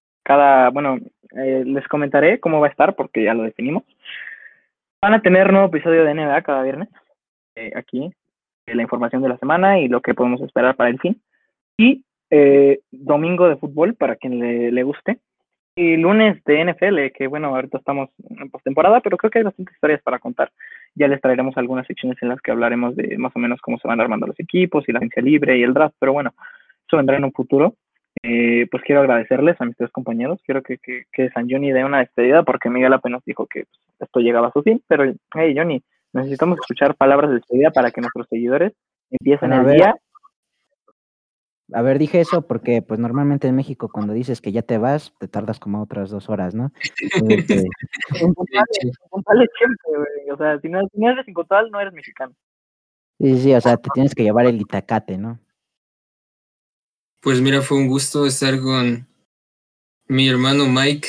Les comentaré cómo va a estar porque ya lo definimos. Van a tener nuevo episodio de NBA cada viernes. Aquí, la información de la semana y lo que podemos esperar para el fin. Y domingo de fútbol para quien le guste. Y lunes de NFL, que bueno, ahorita estamos en postemporada, pero creo que hay bastantes historias para contar. Ya les traeremos algunas secciones en las que hablaremos de más o menos cómo se van armando los equipos y la agencia libre y el draft, pero bueno, eso vendrá en un futuro. Pues quiero agradecerles a mis tres compañeros. Quiero que San Johnny dé una despedida porque Miguel apenas dijo que esto llegaba a su fin, pero hey Johnny, necesitamos escuchar palabras de despedida para que nuestros seguidores empiecen Bueno, el día. A ver, dije eso porque pues normalmente en México cuando dices que ya te vas, te tardas como otras 2 horas, ¿no? Entonces, Impuntuales siempre, güey. O sea, si no eres impuntual, no eres mexicano. sí, o sea, te tienes que llevar el itacate, ¿no? Pues mira, fue un gusto estar con mi hermano Mike.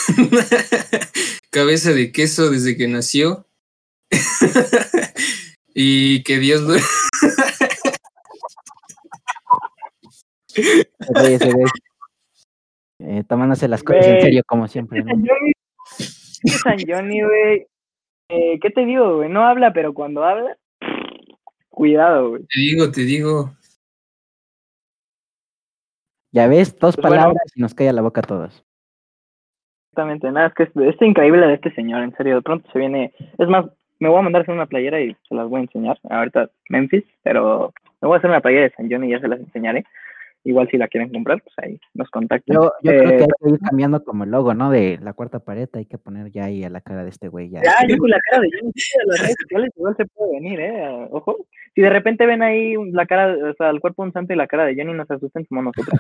Cabeza de queso desde que nació. Y que Dios lo... Ese güey, tomándose las cosas en Güey, serio, como siempre, ¿no? San Johnny, güey. ¿Qué te digo, güey? No habla, pero cuando habla, cuidado, güey. Te digo. Ya ves, dos Pues palabras bueno. y nos calla la boca a todos. Exactamente, nada, es que es increíble de este señor, en serio, de pronto se viene, es más, me voy a mandar a hacer una playera y se las voy a enseñar, ahorita Memphis, pero me voy a hacer una playera de San John y ya se las enseñaré, igual si la quieren comprar, pues ahí nos contactan. Yo creo que hay que ir cambiando como el logo, ¿no? De la cuarta pared, hay que poner ya ahí a la cara de este güey. Ya. Yo con la cara de Johnny, sí, a las redes sociales igual se puede venir, ojo, si de repente ven ahí la cara, o sea, el cuerpo de un santo y la cara de Johnny, no se asusten como nosotros,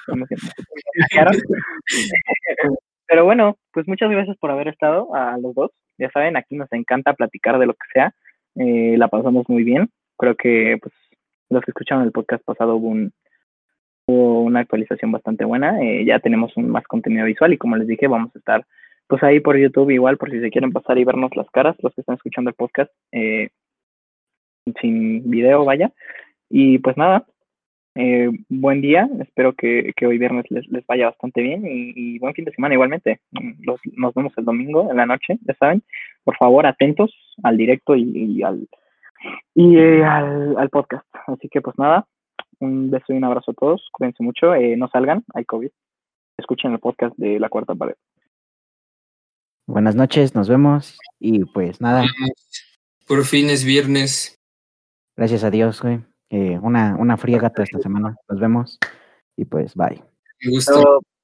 Pero bueno, pues muchas gracias por haber estado a los dos. Ya saben, aquí nos encanta platicar de lo que sea. La pasamos muy bien. Creo que pues los que escucharon el podcast pasado hubo una actualización bastante buena. Ya tenemos más contenido visual y como les dije, vamos a estar pues ahí por YouTube igual por si se quieren pasar y vernos las caras, los que están escuchando el podcast sin video, vaya. Y pues nada, buen día, espero que hoy viernes les vaya bastante bien y buen fin de semana igualmente. Nos vemos el domingo en la noche, ya saben. Por favor, atentos al directo y al podcast. Así que pues nada, un beso y un abrazo a todos, cuídense mucho, no salgan, hay COVID. Escuchen el podcast de La Cuarta Pared. Buenas noches, nos vemos y pues nada. Por fin es viernes. Gracias a Dios, güey. Una fría gata esta semana. Nos vemos y pues bye. Me gusta.